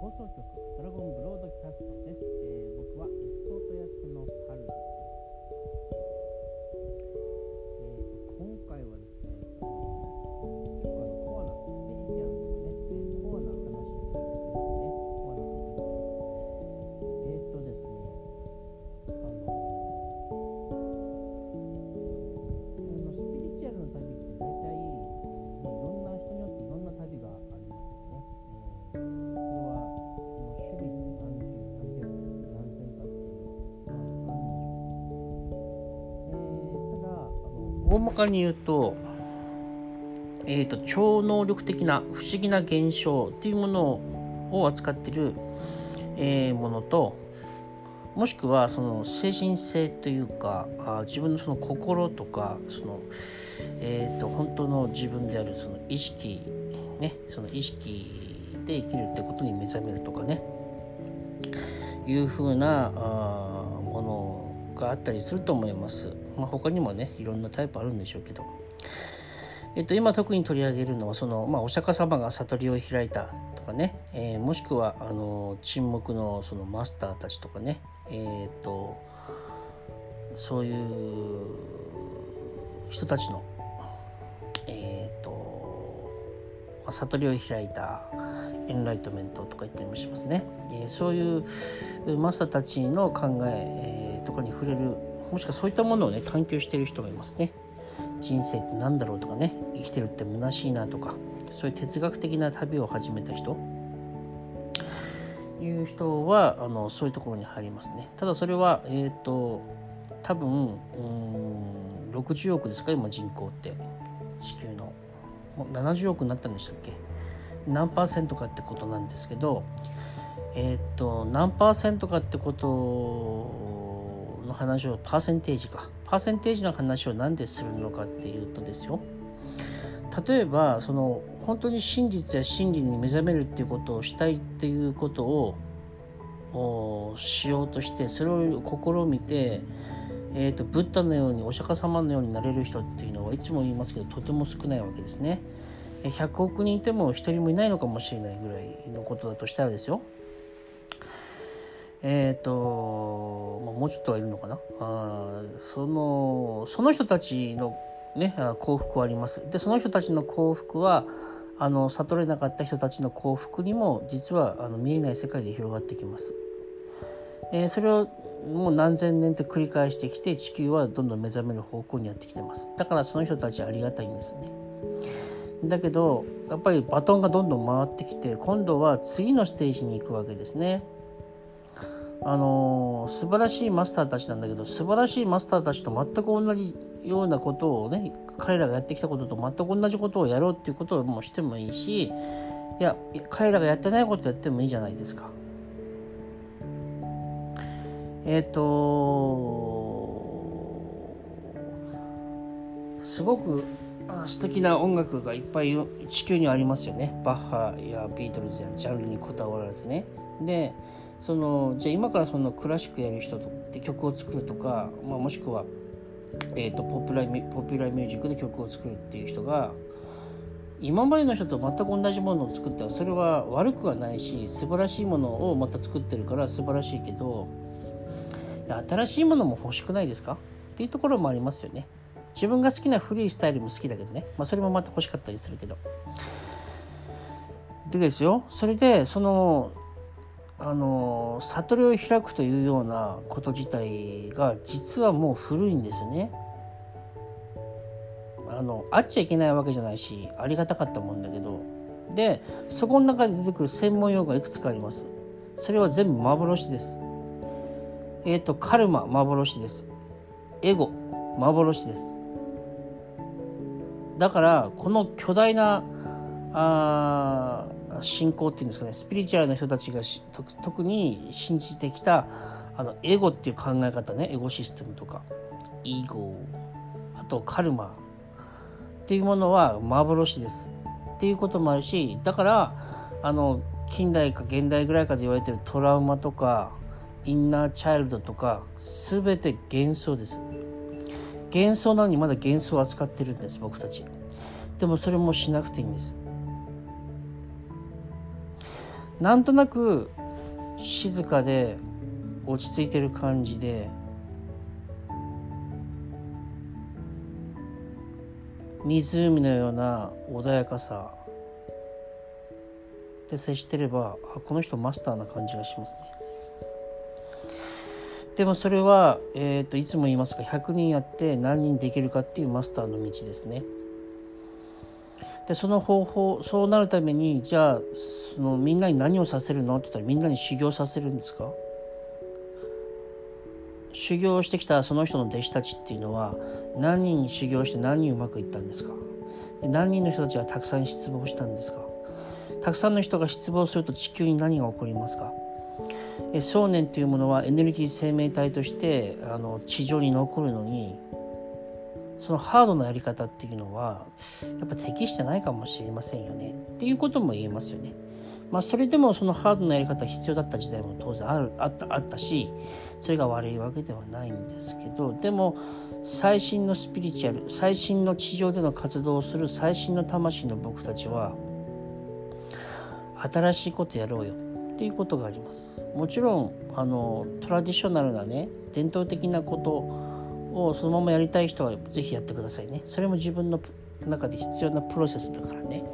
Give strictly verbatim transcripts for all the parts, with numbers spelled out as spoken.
放送局ドラゴンブロードキャストです。えー、僕はエスコート役のハルです。えーと、今回はですね、結構あのコアなスピリチュアルですね、えー、コアな話をしていきますね。コアなトピックです。えーとですね、あのあのスピリチュアルの旅って大体、えーまあ、いろんな人によっていろんな旅がありますよね。えー大まかに言うと、えーと、超能力的な不思議な現象というものを扱っている、えー、ものと、もしくはその精神性というか、あ自分のその心とかその、えーと、本当の自分であるその意識、ね、その意識で生きるってことに目覚めるとかね、いうふうなあものがあったりすると思います。まあ、他にもねいろんなタイプあるんでしょうけど、えっと、今特に取り上げるのはその、まあ、お釈迦様が悟りを開いたとかね、えー、もしくはあの沈黙のそのマスターたちとかね、えー、とそういう人たちの、えー、と悟りを開いたエンライトメントとか言ったりもしますね。えー、そういうマスターたちの考え、えー、とかに触れる、もしくはそういったものをね探求している人がいますね。人生って何だろうとかね、生きてるって虚しいなとか、そういう哲学的な旅を始めた人いう人はあのそういうところに入りますね。ただそれはえっと多分うーんろくじゅうおくですか、今人口って地球のもうななじゅうおくになったんでしたっけ、何パーセントかってことなんですけど、えっと何パーセントかってことの話をパーセンテージかパーセンテージの話を何でするのかっていうとですよ、例えばその本当に真実や真理に目覚めるっていうことをしたいっていうことをしようとして、それを試みて、えーと、ブッダのようにお釈迦様のようになれる人っていうのはいつも言いますけどとても少ないわけですね。ひゃくおくにんいてもひとりもいないのかもしれないぐらいのことだとしたらですよ、えーと、まあ、もうちょっとはいるのかな、あそのその人たちの、ね、幸福はあります。でその人たちの幸福はあの悟れなかった人たちの幸福にも実はあの見えない世界で広がってきます。えー、それをもう何千年って繰り返してきて、地球はどんどん目覚める方向にやってきてます。だからその人たちはありがたいんですね。だけどやっぱりバトンがどんどん回ってきて、今度は次のステージに行くわけですね。あの素晴らしいマスターたちなんだけど、素晴らしいマスターたちと全く同じようなことをね、彼らがやってきたことと全く同じことをやろうっていうことをもうしてもいいし、いや彼らがやってないことやってもいいじゃないですか。えっ、ー、とすごく素敵な音楽がいっぱい地球にありますよね。バッハやビートルズやジャンルにこだわらずね。でそのじゃあ今からそのクラシックやる人で曲を作るとか、まあ、もしくは、えーと、ポピュラー、ポピュラーミュージックで曲を作るっていう人が今までの人と全く同じものを作ったらそれは悪くはないし、素晴らしいものをまた作ってるから素晴らしいけど、新しいものも欲しくないですかっていうところもありますよね。自分が好きな古いスタイルも好きだけどね、まあ、それもまた欲しかったりするけど、でですよ、それでそのあの悟りを開くというようなこと自体が実はもう古いんですよね。あのあっちゃいけないわけじゃないし、ありがたかったもんだけど、でそこの中で出てくる専門用語がいくつかあります。それは全部幻です。えっとカルマ幻です。エゴ幻です。だからこの巨大なあ信仰っていうんですかね、スピリチュアルな人たちが特に信じてきたあのエゴっていう考え方ね、エゴシステムとかイゴ、あとカルマっていうものは幻ですっていうこともあるし、だからあの近代か現代ぐらいかで言われてるトラウマとかインナーチャイルドとか全て幻想です。幻想なのにまだ幻想を扱ってるんです僕たち。でもそれもしなくていいんです。 なんとなく静かで落ち着いてる感じで、湖のような穏やかさで接してれば、あ、この人マスターな感じがしますね。でもそれは、えーと、いつも言いますが、ひゃくにんやって何人できるかっていうマスターの道ですね。でその方法、そうなるために、じゃあそのみんなに何をさせるのって言ったら、みんなに修行させるんですか？修行してきたその人の弟子たちっていうのは、何人修行して何人うまくいったんですか？で何人の人たちがたくさん失望したんですか？たくさんの人が失望すると地球に何が起こりますか？想念というものはエネルギー生命体としてあの地上に残るのに、そのハードなやり方っていうのはやっぱ適してないかもしれませんよねっていうことも言えますよね。まあそれでもそのハードなやり方必要だった時代も当然あるあったあったし、それが悪いわけではないんですけど、でも最新のスピリチュアル、最新の地上での活動をする最新の魂の僕たちは、新しいことやろうよっていうことがあります。もちろんあのトラディショナルなね、伝統的なことをそのままやりたい人はぜひやってくださいね。それも自分の中で必要なプロセスだからね。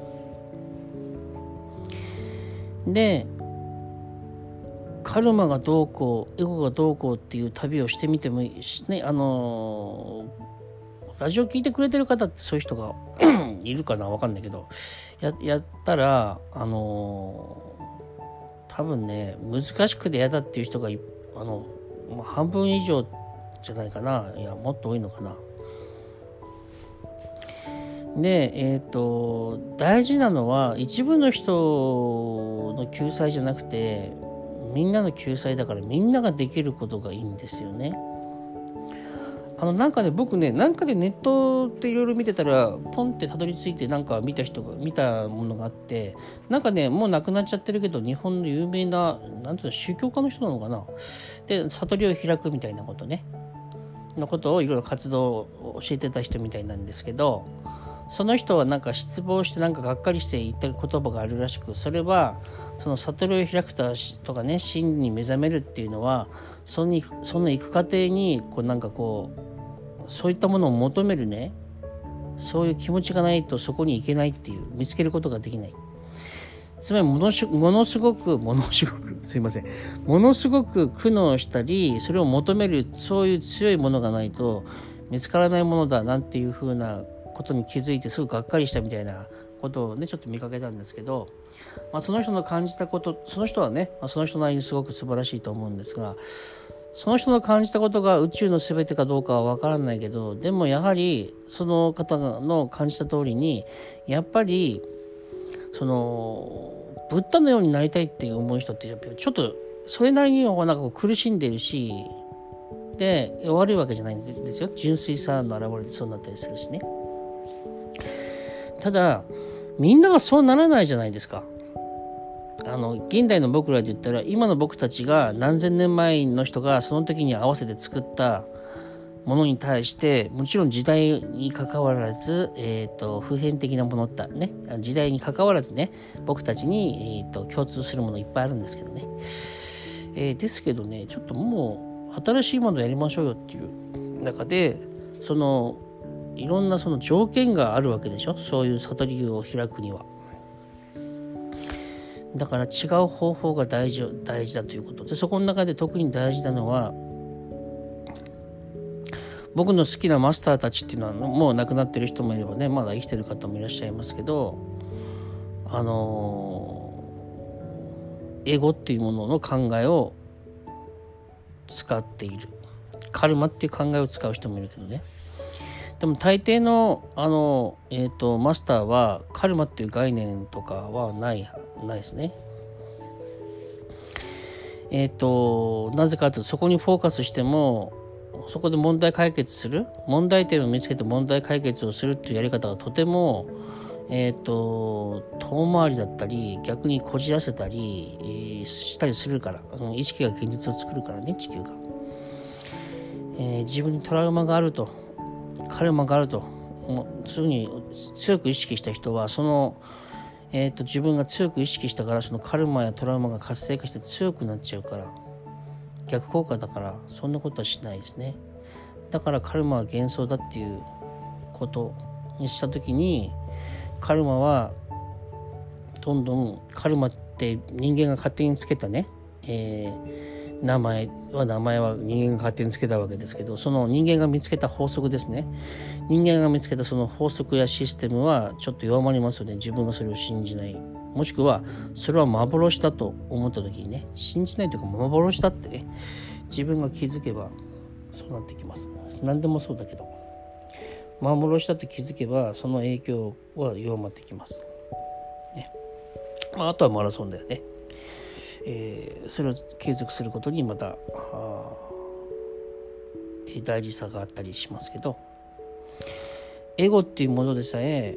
で、カルマがどうこうエゴがどうこうっていう旅をしてみてもいいしね。あのラジオ聞いてくれてる方ってそういう人がいるかな、分かんないけど、 や, やったらあの多分ね、難しくて嫌だっていう人があの半分以上じゃないかな。いや、もっと多いのかな。で、えっと大事なのは一部の人の救済じゃなくて、みんなの救済だから、みんなができることがいいんですよね。あのなんかね、僕ね、なんかでネットっていろいろ見てたら、ポンってたどり着いて、なんか見た人が見たものがあって、なんかね、もう亡くなっちゃってるけど、日本の有名な、なんていうの、宗教家の人なのかな。で、悟りを開くみたいなことね、のことをいろいろ活動を教えてた人みたいなんですけど、その人はなんか失望して、なんかがっかりして言った言葉があるらしく、それはその悟りを開くとかね、真に目覚めるっていうのは、そのその行く過程にこうなんかこうそういったものを求めるね、そういう気持ちがないとそこに行けないっていう、見つけることができない。つまりものしものすごくものすごくすいませんものすごく苦悩したり、それを求める、そういう強いものがないと見つからないものだなんていうふうなことに気づいて、すぐがっかりしたみたいなことをね、ちょっと見かけたんですけど、まあ、その人の感じたこと、その人はね、まあ、その人なりにすごく素晴らしいと思うんですが、その人の感じたことが宇宙の全てかどうかは分からないけど、でもやはりその方の感じた通りに、やっぱりそのブッダのようになりたいっていう思う人ってやっぱりちょっとそれなりにはなんかこう苦しんでるし、で悪いわけじゃないんですよ。純粋さの表れでそうなったりするしね。ただみんながそうならないじゃないですか。あの現代の僕らで言ったら、今の僕たちが何千年前の人がその時に合わせて作ったものに対して、もちろん時代に関わらず、えーと、普遍的なものってね、時代に関わらずね、僕たちに、えーと、共通するものいっぱいあるんですけどね、えー、ですけどね、ちょっともう新しいものやりましょうよっていう中で、そのいろんなその条件があるわけでしょ。そういう悟りを開くには。だから違う方法が大事、大事だということで、そこの中で特に大事なのは、僕の好きなマスターたちっていうのは、もう亡くなってる人もいればね、まだ生きてる方もいらっしゃいますけど、あのエゴっていうものの考えを使っている。カルマっていう考えを使う人もいるけどね。でも大抵のあの、えーと、マスターはカルマっていう概念とかはないないですね。えっとなぜかというと、そこにフォーカスしても、そこで問題解決する、問題点を見つけて問題解決をするっていうやり方がとてもえっと遠回りだったり、逆にこじらせたり、えー、したりするから、うん、意識が現実を作るからね、地球が、えー、自分にトラウマがあると、カルマがあると、そういうふうに強く意識した人は、その、 えーと、自分が強く意識したから、そのカルマやトラウマが活性化して強くなっちゃうから、逆効果だから、そんなことはしないですね。だからカルマは幻想だっていうことにしたときに、カルマはどんどん、カルマって人間が勝手につけたね、えー、名前は名前は人間が勝手につけたわけですけど、その人間が見つけた法則ですね。人間が見つけたその法則やシステムはちょっと弱まりますよね。自分がそれを信じない、もしくはそれは幻だと思った時にね、信じないというか幻だってね、自分が気づけばそうなってきます。何でもそうだけど、幻だと気づけばその影響は弱まってきます、ね。まあ、あとはマラソンだよね。えー、それを継続することにまた大事さがあったりしますけど、エゴっていうものでさえ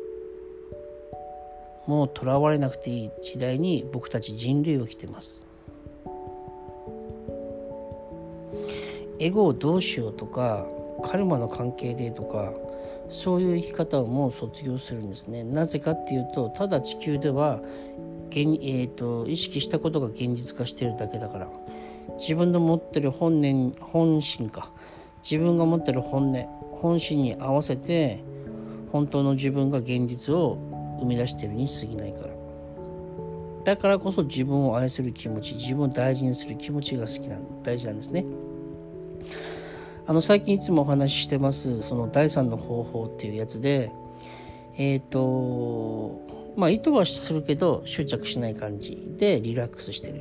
もうとらわれなくていい時代に僕たち人類は来てます。エゴをどうしようとか、カルマの関係でとか、そういう生き方をもう卒業するんですね。なぜかっていうと、ただ地球では現、えーと、意識したことが現実化しているだけだから、自分の持ってる本念本心か自分が持ってる本音本心に合わせて本当の自分が現実を生み出しているに過ぎないから。だからこそ自分を愛する気持ち、自分を大事にする気持ちが好きな大事なんですね。あの最近いつもお話ししてますその第三の方法っていうやつで、えっとまあ意図はするけど執着しない感じでリラックスしてる。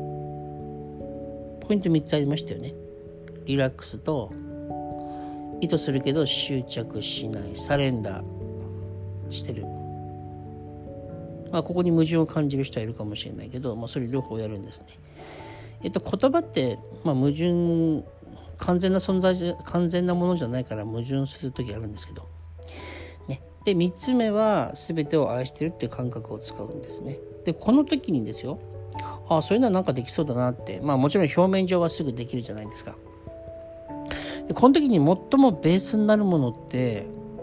ポイントみっつありましたよね。リラックスと、意図するけど執着しない、サレンダーしてる。まあここに矛盾を感じる人はいるかもしれないけど、まあそれ両方やるんですね。えっと言葉ってまあ矛盾完全な存在じゃ完全なものじゃないから矛盾する時あるんですけど、ね、でみっつめは全てを愛してるっていう感覚を使うんですね。でこの時にですよ、ああそういうのはなんかできそうだなって、まあもちろん表面上はすぐできるじゃないですか。でこの時に最もベースになるものって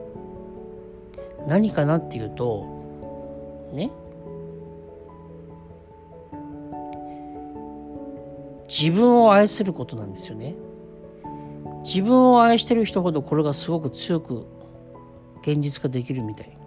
何かなっていうとね、自分を愛することなんですよね。自分を愛してる人ほどこれがすごく強く現実化できるみたい。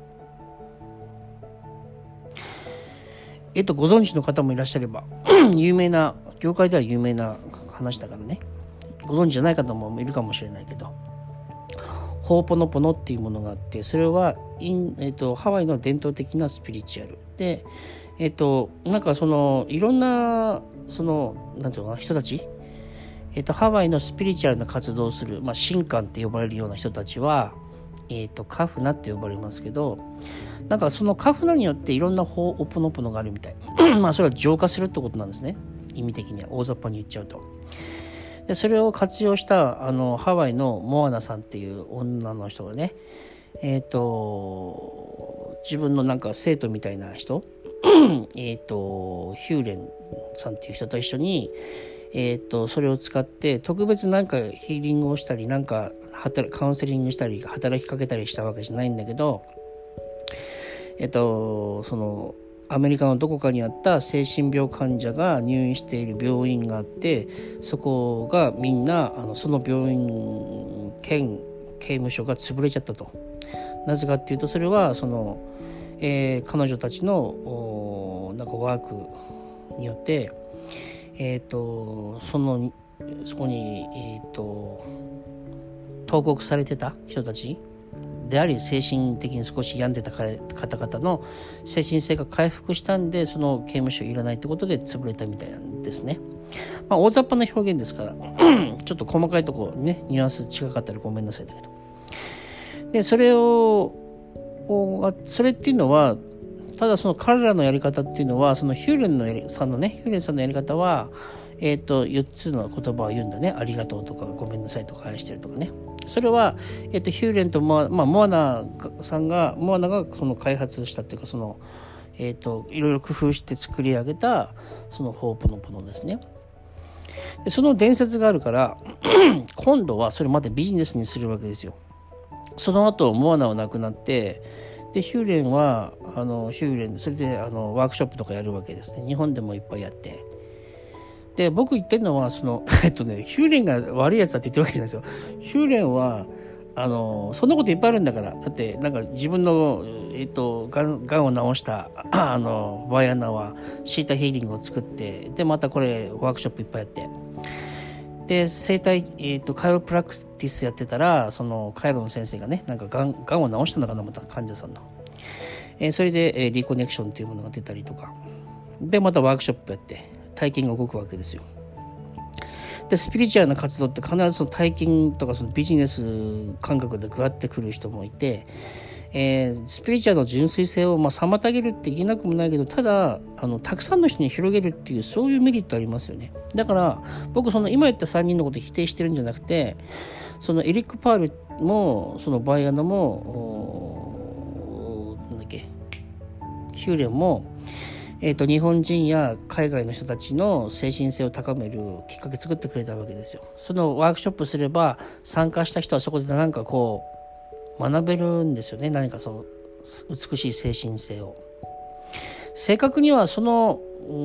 えっとご存知の方もいらっしゃれば有名な業界では有名な話だからね、ご存知じゃない方もいるかもしれないけど、ホーポノポノっていうものがあって、それはイン、えっと、ハワイの伝統的なスピリチュアルで、えっとなんかそのいろんなそのなんていうのかな人たち、えっと、ハワイのスピリチュアルな活動をする、まあ、神官って呼ばれるような人たちは、えっと、カフナって呼ばれますけど、なんかそのカフナによっていろんなホーポノポノがあるみたいまあそれは浄化するってことなんですね、意味的には大雑把に言っちゃうと。でそれを活用したあのハワイのモアナさんっていう女の人がね、えっと自分のなんか生徒みたいな人えっとヒューレンさんっていう人と一緒にえー、とそれを使って特別なんかヒーリングをしたりなんかカウンセリングしたり働きかけたりしたわけじゃないんだけど、えっ、ー、とそのアメリカのどこかにあった精神病患者が入院している病院があって、そこがみんなあのその病院兼刑務所が潰れちゃったと。なぜかっていうとそれはその、えー、彼女たちのなんかワークによってえー、とそのそこに、えー、と投獄されてた人たちであり、精神的に少し病んでた方々の精神性が回復したんで、その刑務所いらないってことで潰れたみたいなんですね。まあ、大雑把な表現ですからちょっと細かいところねニュアンス違かったらごめんなさいだけど、でそれをそれっていうのはただその彼らのやり方っていうのは、そのヒューレンのやりさんのねヒューレンさんのやり方は、えっとよっつの言葉を言うんだね。ありがとうとかごめんなさいとか愛してるとかね。それは、えっとヒューレンとモア、まあ、モアナさんがモアナがその開発したっていうか、そのえっといろいろ工夫して作り上げたそのホーポノポノですね。でその伝説があるから今度はそれまたビジネスにするわけですよ。その後モアナは亡くなって、 でヒューレンはあのヒューレンそれであのワークショップとかやるわけですね。日本でもいっぱいやって、で僕言ってるのはそのえっとねヒューレンが悪いやつだって言ってるわけじゃないですよ。ヒューレンはあのそんなこといっぱいあるんだから。だってなんか自分の、えっと、がん、がんを治したあのバイアナはシータヒーリングを作って、でまたこれワークショップいっぱいやって、で生体、えっと、カイロプラクティスやってたら、そのカイロの先生がねなんかがん、がんを治したのかな、また患者さんの、えー、それで、えー、リコネクションというものが出たりとかで、またワークショップやって体験が動くわけですよ。でスピリチュアルな活動って必ずその体験とかそのビジネス感覚でグワってくる人もいて、えー、スピリチュアルの純粋性をまあ妨げるって言えなくもないけど、ただあのたくさんの人に広げるっていうそういうメリットありますよね。だから僕その今言ったさんにんのことを否定してるんじゃなくて、そのエリック・パールもそのバイアナもなんだっけヒューレンもえー、と日本人や海外の人たちの精神性を高めるきっかけ作ってくれたわけですよ。そのワークショップすれば参加した人はそこで何かこう学べるんですよね。何かその美しい精神性を。正確にはその、うん、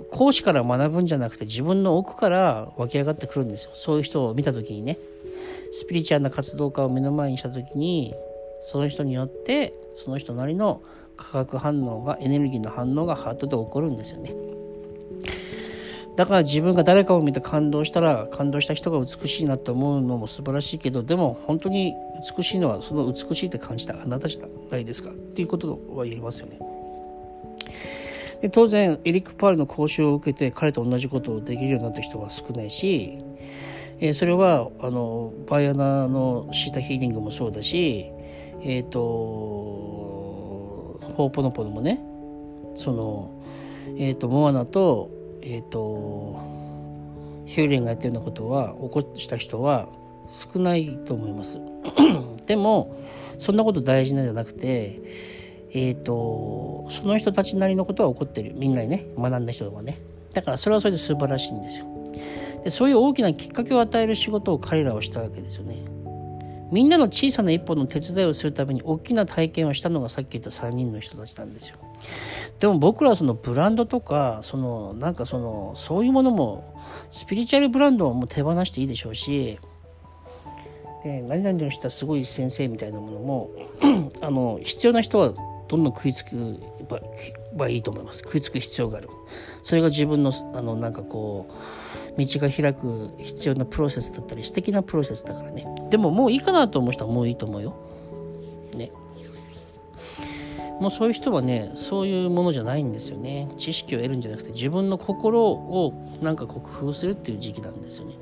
講師から学ぶんじゃなくて自分の奥から湧き上がってくるんですよ。そういう人を見た時にね、スピリチュアルな活動家を目の前にした時に、その人によってその人なりの化学反応がエネルギーの反応がハートで起こるんですよね。だから自分が誰かを見て感動したら、感動した人が美しいなと思うのも素晴らしいけど、でも本当に美しいのはその美しいって感じたあなたじゃないですかっていうことは言えますよね。で当然エリック・パールの講習を受けて彼と同じことをできるようになった人は少ないし、えー、それはあのバイアナのシータヒーリングもそうだし、えっとホーポノポノもね、そのえっとモアナとえっとヒューレンがやってるようなことは起こした人は少ないと思いますでもそんなこと大事なんじゃなくて、えっとその人たちなりのことは起こってる、みんなにね学んだ人はね。だからそれはそれで素晴らしいんですよ。でそういう大きなきっかけを与える仕事を彼らはしたわけですよね。みんなの小さな一歩の手伝いをするために大きな体験をしたのがさっき言ったさんにんの人たちなんですよ。でも僕らはそのブランドとかそのなんかそのそういうものもスピリチュアルブランドはもう手放していいでしょうし、で何々の人はすごい先生みたいなものもあの必要な人はどんどん食いつくばいいと思います。食いつく必要がある。それが自分のあのなんかこう道が開く必要なプロセスだったり素敵なプロセスだからね。でももういいかなと思う人はもういいと思うよね。もうそういう人はねそういうものじゃないんですよね。知識を得るんじゃなくて自分の心をなんか克服するっていう時期なんですよね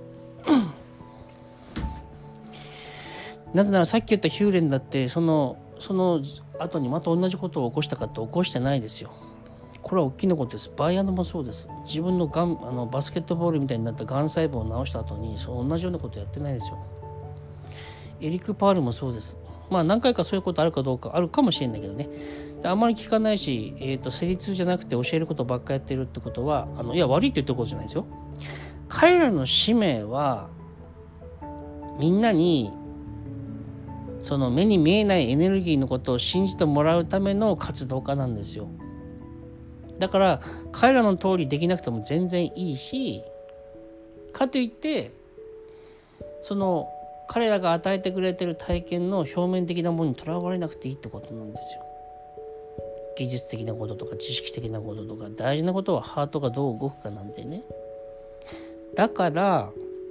なぜならさっき言ったヒューレンだってそのその後にまた同じことを起こしたかって起こしてないですよ。これは大きなことです。バイアナもそうです。自分のがんあのバスケットボールみたいになったがん細胞を治した後にそう同じようなことやってないですよ。エリック・パールもそうです。まあ何回かそういうことあるかどうかあるかもしれないけどね。あんまり聞かないし、えーと、施術じゃなくて教えることばっかやってるってことはあのいや悪いって言ってることじゃないですよ。彼らの使命はみんなにその目に見えないエネルギーのことを信じてもらうための活動家なんですよ。だから彼らの通りできなくても全然いいし、かといってその彼らが与えてくれてる体験の表面的なものにとらわれなくていいってことなんですよ。技術的なこととか知識的なこととか大事なことはハートがどう動くかなんてね。だから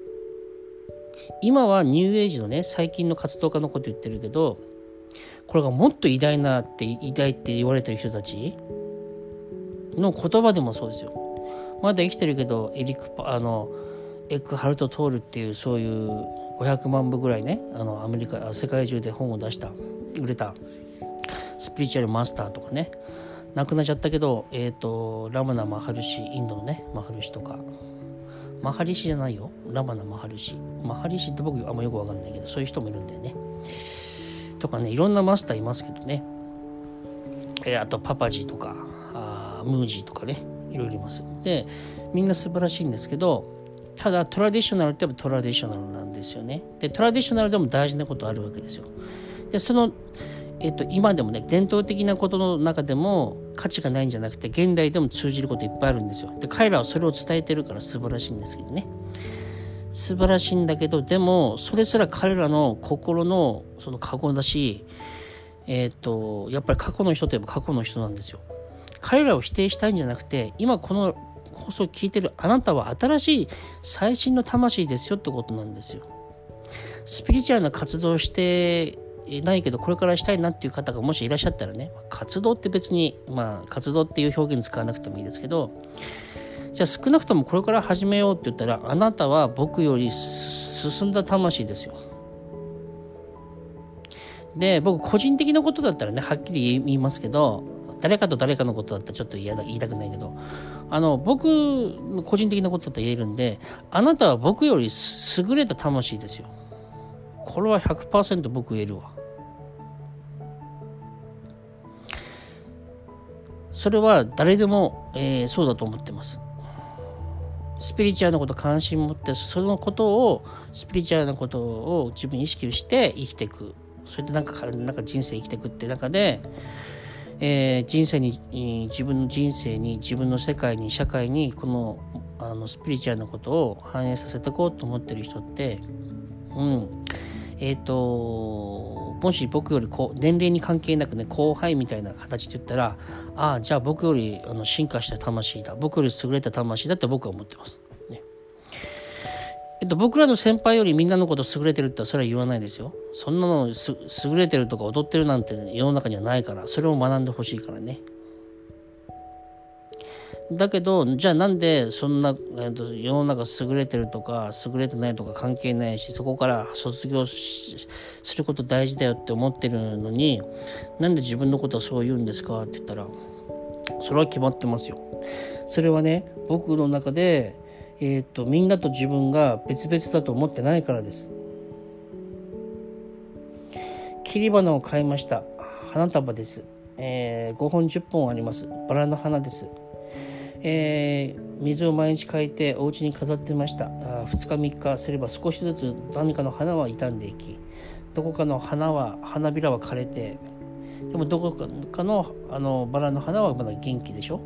今はニューエイジのね最近の活動家のこと言ってるけど、これがもっと偉大なって偉大って言われてる人たちの言葉でもそうですよ。まだ生きてるけどエリックあのエックハルト・トールっていうそういうごひゃくまんぶぐらいねあのアメリカ世界中で本を出した売れたスピリチュアルマスターとかね、亡くなっちゃったけどえっとラマナ・マハルシ、インドのねマハルシとか、マハリシじゃないよ、ラマナ・マハルシ、マハリシって僕あんまよくわかんないけどそういう人もいるんだよね。とかねいろんなマスターいますけどね、えー、あとパパジーとかあームージーとかねいろいろいます。でみんな素晴らしいんですけど、ただトラディショナルってやっぱトラディショナルなんですよね。でトラディショナルでも大事なことあるわけですよ。でそのえっと、今でもね伝統的なことの中でも価値がないんじゃなくて現代でも通じることいっぱいあるんですよ。で彼らはそれを伝えてるから素晴らしいんですけどね。素晴らしいんだけど、でもそれすら彼らの心のその過去だし、えっとやっぱり過去の人といえば過去の人なんですよ。彼らを否定したいんじゃなくて、今この放送を聞いてるあなたは新しい最新の魂ですよってことなんですよ。スピリチュアルな活動をしてないけどこれからしたいなっていう方がもしいらっしゃったらね、活動って別にまあ活動っていう表現使わなくてもいいですけど、じゃあ少なくともこれから始めようって言ったら、あなたは僕より進んだ魂ですよ。で僕個人的なことだったらねはっきり言いますけど、誰かと誰かのことだったらちょっと嫌だ言いたくないけど、あの僕の個人的なことだったら言えるんで、あなたは僕より優れた魂ですよ。これは ひゃくパーセント 僕言えるわ。それは誰でも、えー、そうだと思ってます。スピリチュアルなこと関心持って、そのことをスピリチュアルなことを自分に意識して生きていく、それでなんかなんか人生生きていくって中で、えー、人生に自分の人生に自分の世界に社会にこのあのスピリチュアルなことを反映させていこうと思ってる人って、うんえっともし僕よりこう年齢に関係なくね後輩みたいな形で言ったら、ああじゃあ僕よりあの進化した魂だ、僕より優れた魂だって僕は思ってます、ねえっと、僕らの先輩よりみんなのこと優れてるってそれは言わないですよ。そんなのす優れてるとか踊ってるなんて世の中にはないから、それを学んでほしいからね。だけどじゃあなんでそんな、えー、と世の中優れてるとか優れてないとか関係ないし、そこから卒業しすること大事だよって思ってるのに、なんで自分のことはそう言うんですかって言ったら、それは決まってますよ。それはね僕の中で、えー、とみんなと自分が別々だと思ってないからです。切り花を買いました。花束です、えー、ごほんじゅっぽんあります。バラの花です。えー、水を毎日かいてお家に飾ってました。あふつかみっかすれば少しずつ何かの花は傷んでいき、どこかの花は花びらは枯れて、でもどこかの、あのバラの花はまだ元気でしょ。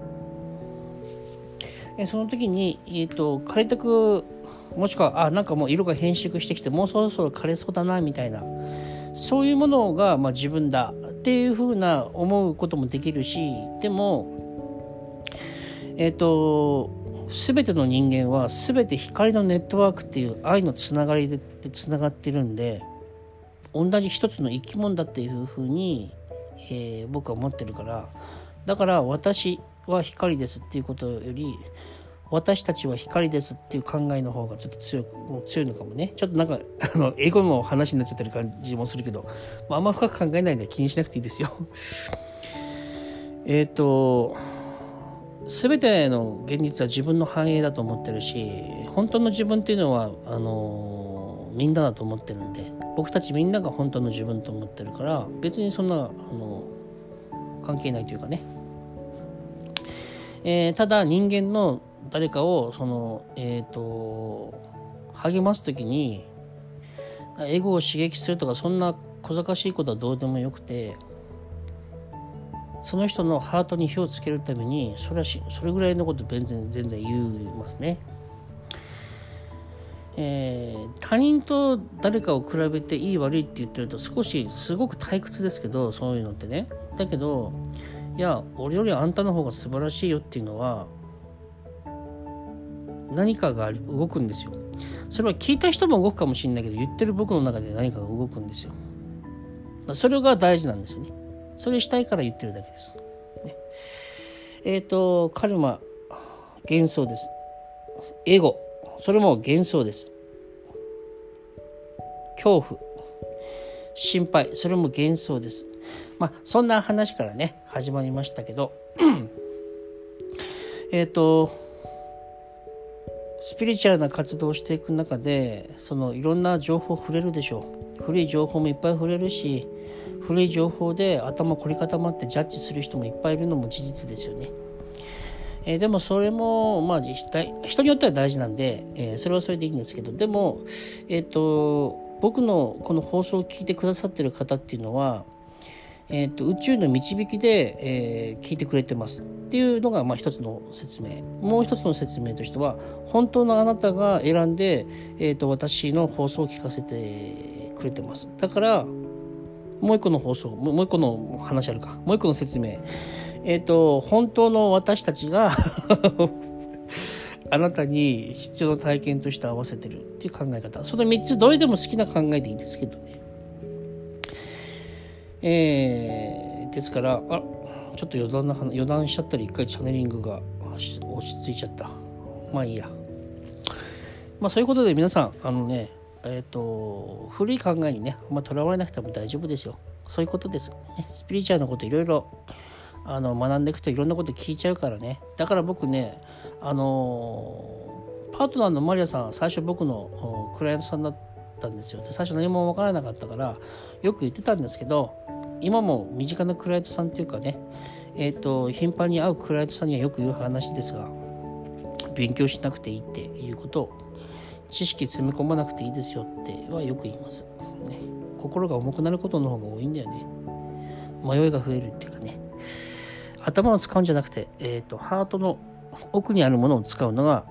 えその時に、えー、と枯れてく、もしくはあなんかもう色が変色してきてもうそろそろ枯れそうだなみたいな、そういうものが、まあ、自分だっていうふうな思うこともできるし、でもえっと全ての人間は全て光のネットワークっていう愛のつながりでつながってるんで、同じ一つの生き物だっていうふうに、えー、僕は思ってるから、だから私は光ですっていうことより私たちは光ですっていう考えの方がちょっと強くもう強いのかもね。ちょっとなんかあの英語の話になっちゃってる感じもするけど、まあ、あんま深く考えないで気にしなくていいですよえっと全ての現実は自分の反映だと思ってるし、本当の自分っていうのはあのみんなだと思ってるんで、僕たちみんなが本当の自分と思ってるから、別にそんなあの関係ないというかね、えー、ただ人間の誰かをそのえっと励ますときにエゴを刺激するとか、そんな小賢しいことはどうでもよくて、その人のハートに火をつけるためにそれはしそれぐらいのこと全然全然言いますね。えー、他人と誰かを比べていい悪いって言ってると少しすごく退屈ですけど、そういうのってね。だけどいや俺よりあんたの方が素晴らしいよっていうのは何かが動くんですよ。それは聞いた人も動くかもしれないけど、言ってる僕の中で何かが動くんですよ。それが大事なんですよね。それしたいから言ってるだけです、ね、えっとカルマ幻想です。エゴそれも幻想です。恐怖心配それも幻想です。まあそんな話からね始まりましたけどえっとスピリチュアルな活動をしていく中で、そのいろんな情報触れるでしょう。古い情報もいっぱい触れるし、古い情報で頭凝り固まってジャッジする人もいっぱいいるのも事実ですよね。えー、でもそれもまあ人によっては大事なんで、えー、それはそれでいいんですけど、でも、えーと、僕のこの放送を聞いてくださってる方っていうのは、 えー、と宇宙の導きで、えー、聞いてくれてますっていうのがまあ一つの説明。もう一つの説明としては、本当のあなたが選んで、えー、と私の放送を聞かせてくれてます。だからもう一個の放送、もう一個の話あるか、もう一個の説明、えっと本当の私たちがあなたに必要な体験として合わせてるっていう考え方。そのみっつどれでも好きな考えでいいですけどね。えー、ですからあちょっと余談な余談しちゃったり、一回チャネリングが落ち着いちゃった。まあいいや。まあそういうことで皆さん、あのねえっと古い考えにねあんまとらわれなくても大丈夫ですよ。そういうことです、ね、スピリチュアルなこといろいろあの学んでいくといろんなこと聞いちゃうからね。だから僕ね、あのパートナーのマリアさん、最初僕のクライアントさんだったんですよ。で最初何も分からなかったからよく言ってたんですけど、今も身近なクライアントさんっていうかね、えっと頻繁に会うクライアントさんにはよく言う話ですが、勉強しなくていいっていうことを、知識詰め込まなくていいですよってはよく言います、ね、心が重くなることの方が多いんだよね。迷いが増えるっていうかね、頭を使うんじゃなくて、えーと、ハートの奥にあるものを使うのが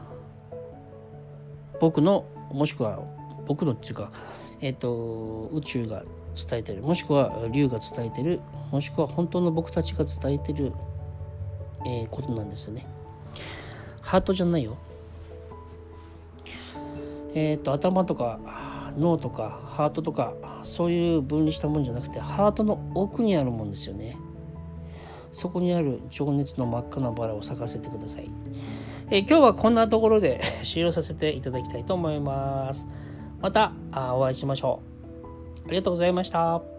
僕の、もしくは僕のっていうか、えーと、宇宙が伝えてる、もしくは竜が伝えてる、もしくは本当の僕たちが伝えてる、えー、ことなんですよね。ハートじゃないよ。えーと、頭とか脳とかハートとかそういう分離したもんじゃなくて、ハートの奥にあるもんですよね。そこにある情熱の真っ赤なバラを咲かせてください。えー、今日はこんなところで終了させていただきたいと思います。またお会いしましょう。ありがとうございました。